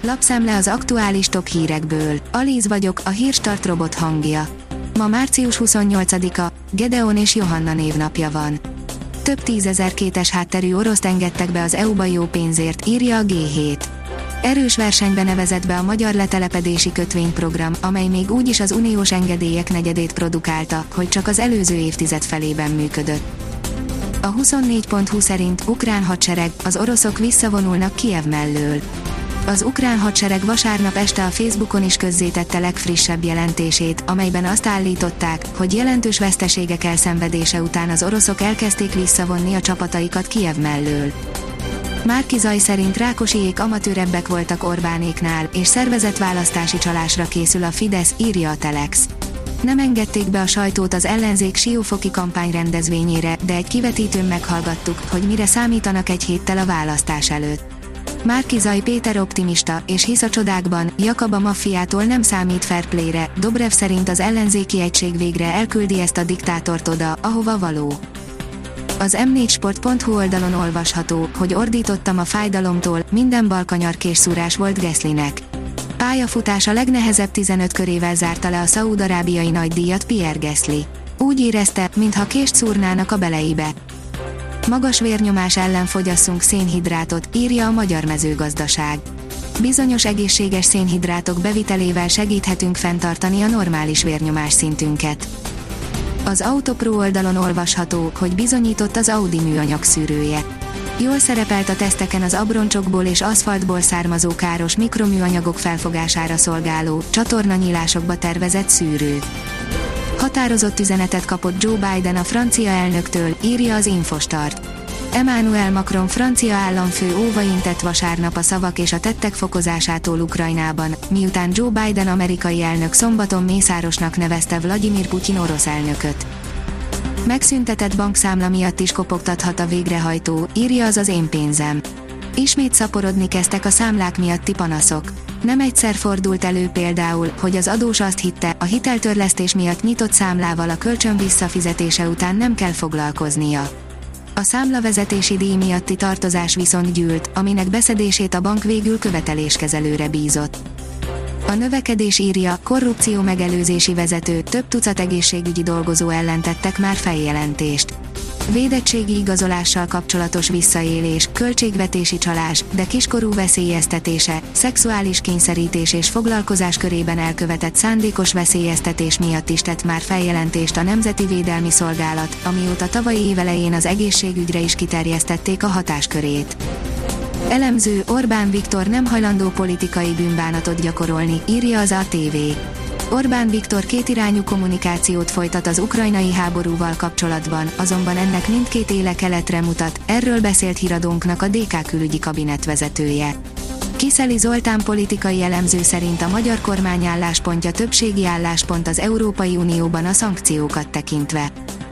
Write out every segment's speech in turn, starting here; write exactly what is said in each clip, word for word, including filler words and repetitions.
Lapszemle az aktuális top hírekből. Alíz vagyok, a Hírstart robot hangja. Ma március huszonnyolcadika, Gedeon és Johanna névnapja van. Több tízezer kétes hátterű oroszt engedtek be az é u-ba jó pénzért, írja a gé hét. Erős versenybe nevezett be a magyar letelepedési kötvényprogram, amely még úgyis az uniós engedélyek negyedét produkálta, hogy csak az előző évtized felében működött. A huszonnégy pont hu szerint ukrán hadsereg, az oroszok visszavonulnak Kijev mellől. Az ukrán hadsereg vasárnap este a Facebookon is közzétette legfrissebb jelentését, amelyben azt állították, hogy jelentős veszteségek elszenvedése után az oroszok elkezdték visszavonni a csapataikat Kijev mellől. Márki Zaj szerint Rákosiék amatőrebbek voltak Orbánéknál, és szervezett választási csalásra készül a Fidesz, írja a Telex. Nem engedték be a sajtót az ellenzék siófoki kampányrendezvényére, de egy kivetítőn meghallgattuk, hogy mire számítanak egy héttel a választás előtt. Márki Zaj Péter optimista, és hisz a csodákban, Jakab a maffiától nem számít fair play-re, Dobrev szerint az ellenzéki egység végre elküldi ezt a diktátort oda, ahova való. Az em négy sport pont hu oldalon olvasható, hogy ordítottam a fájdalomtól, minden balkanyarkésszúrás volt Gaslynek. Pályafutása legnehezebb tizenöt körével zárta le a szaúd-arábiai nagydíjat Pierre Gasly. Úgy érezte, mintha kést szúrnának a beleibe. Magas vérnyomás ellen fogyasszunk szénhidrátot, írja a Magyar Mezőgazdaság. Bizonyos egészséges szénhidrátok bevitelével segíthetünk fenntartani a normális vérnyomás szintünket. Az Autopro oldalon olvasható, hogy bizonyított az Audi műanyag szűrője. Jól szerepelt a teszteken az abroncsokból és aszfaltból származó káros mikroműanyagok felfogására szolgáló, csatornanyílásokba tervezett szűrő. Határozott üzenetet kapott Joe Biden a francia elnöktől, írja az Infostart. Emmanuel Macron francia államfő óva intett vasárnap a szavak és a tettek fokozásától Ukrajnában, miután Joe Biden amerikai elnök szombaton mészárosnak nevezte Vladimir Putyin orosz elnököt. Megszüntetett bankszámla miatt is kopogtathat a végrehajtó, írja az az Én pénzem. Ismét szaporodni kezdtek a számlák miatti panaszok. Nem egyszer fordult elő például, hogy az adós azt hitte, a hiteltörlesztés miatt nyitott számlával a kölcsön visszafizetése után nem kell foglalkoznia. A számlavezetési díj miatti tartozás viszont gyűlt, aminek beszedését a bank végül követeléskezelőre bízott. A Növekedés írja, korrupció megelőzési vezető, több tucat egészségügyi dolgozó ellen tettek már feljelentést. Védettségi igazolással kapcsolatos visszaélés, költségvetési csalás, de kiskorú veszélyeztetése, szexuális kényszerítés és foglalkozás körében elkövetett szándékos veszélyeztetés miatt is tett már feljelentést a Nemzeti Védelmi Szolgálat, amióta tavalyi évelején az egészségügyre is kiterjesztették a hatáskörét. Elemző, Orbán Viktor nem hajlandó politikai bűnbánatot gyakorolni, írja az á té vé. Orbán Viktor kétirányú kommunikációt folytat az ukrajnai háborúval kapcsolatban, azonban ennek mindkét éle keletre mutat, erről beszélt híradónknak a dé ká külügyi kabinett vezetője. Kiszeli Zoltán politikai elemző szerint a magyar kormány álláspontja többségi álláspont az Európai Unióban a szankciókat tekintve.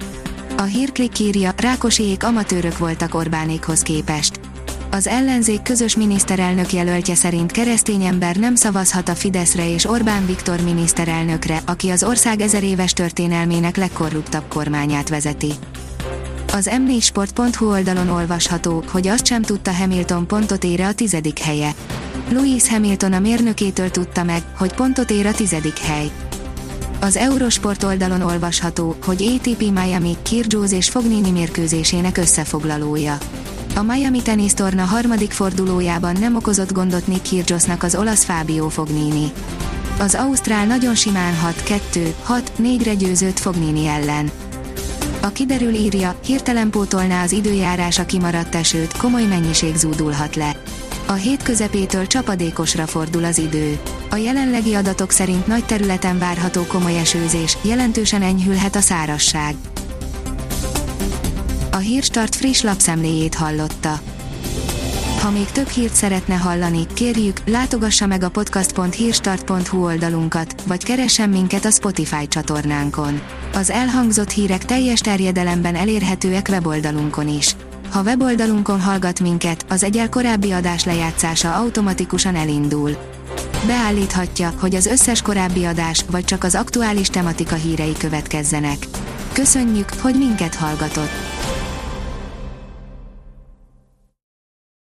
A Hírklik írja, Rákosiék amatőrök voltak Orbánékhoz képest. Az ellenzék közös miniszterelnök jelöltje szerint keresztény ember nem szavazhat a Fideszre és Orbán Viktor miniszterelnökre, aki az ország ezeréves történelmének legkorruptabb kormányát vezeti. Az em négy sport pont hu oldalon olvasható, hogy azt sem tudta Hamilton pontot ér a tizedik helye. Lewis Hamilton a mérnökétől tudta meg, hogy pontot ér a tizedik hely. Az Eurosport oldalon olvasható, hogy á té pé Miami, Kyrgios és Fognini mérkőzésének összefoglalója. A Miami tenisztorna harmadik fordulójában nem okozott gondot Nick Kyrgiosnak az olasz Fabio Fognini. Az ausztrál nagyon simán hat kettő hat négyre győzött Fognini ellen. A Kiderül írja, hirtelen pótolná az időjárás a kimaradt esőt, komoly mennyiség zúdulhat le. A hét közepétől csapadékosra fordul az idő. A jelenlegi adatok szerint nagy területen várható komoly esőzés, jelentősen enyhülhet a szárazság. A Hírstart friss lapszemléjét hallotta. Ha még több hírt szeretne hallani, kérjük, látogassa meg a podcast pont hírstart pont hu oldalunkat, vagy keressen minket a Spotify csatornánkon. Az elhangzott hírek teljes terjedelemben elérhetőek weboldalunkon is. Ha weboldalunkon hallgat minket, az egyel korábbi adás lejátszása automatikusan elindul. Beállíthatja, hogy az összes korábbi adás, vagy csak az aktuális tematika hírei következzenek. Köszönjük, hogy minket hallgatott!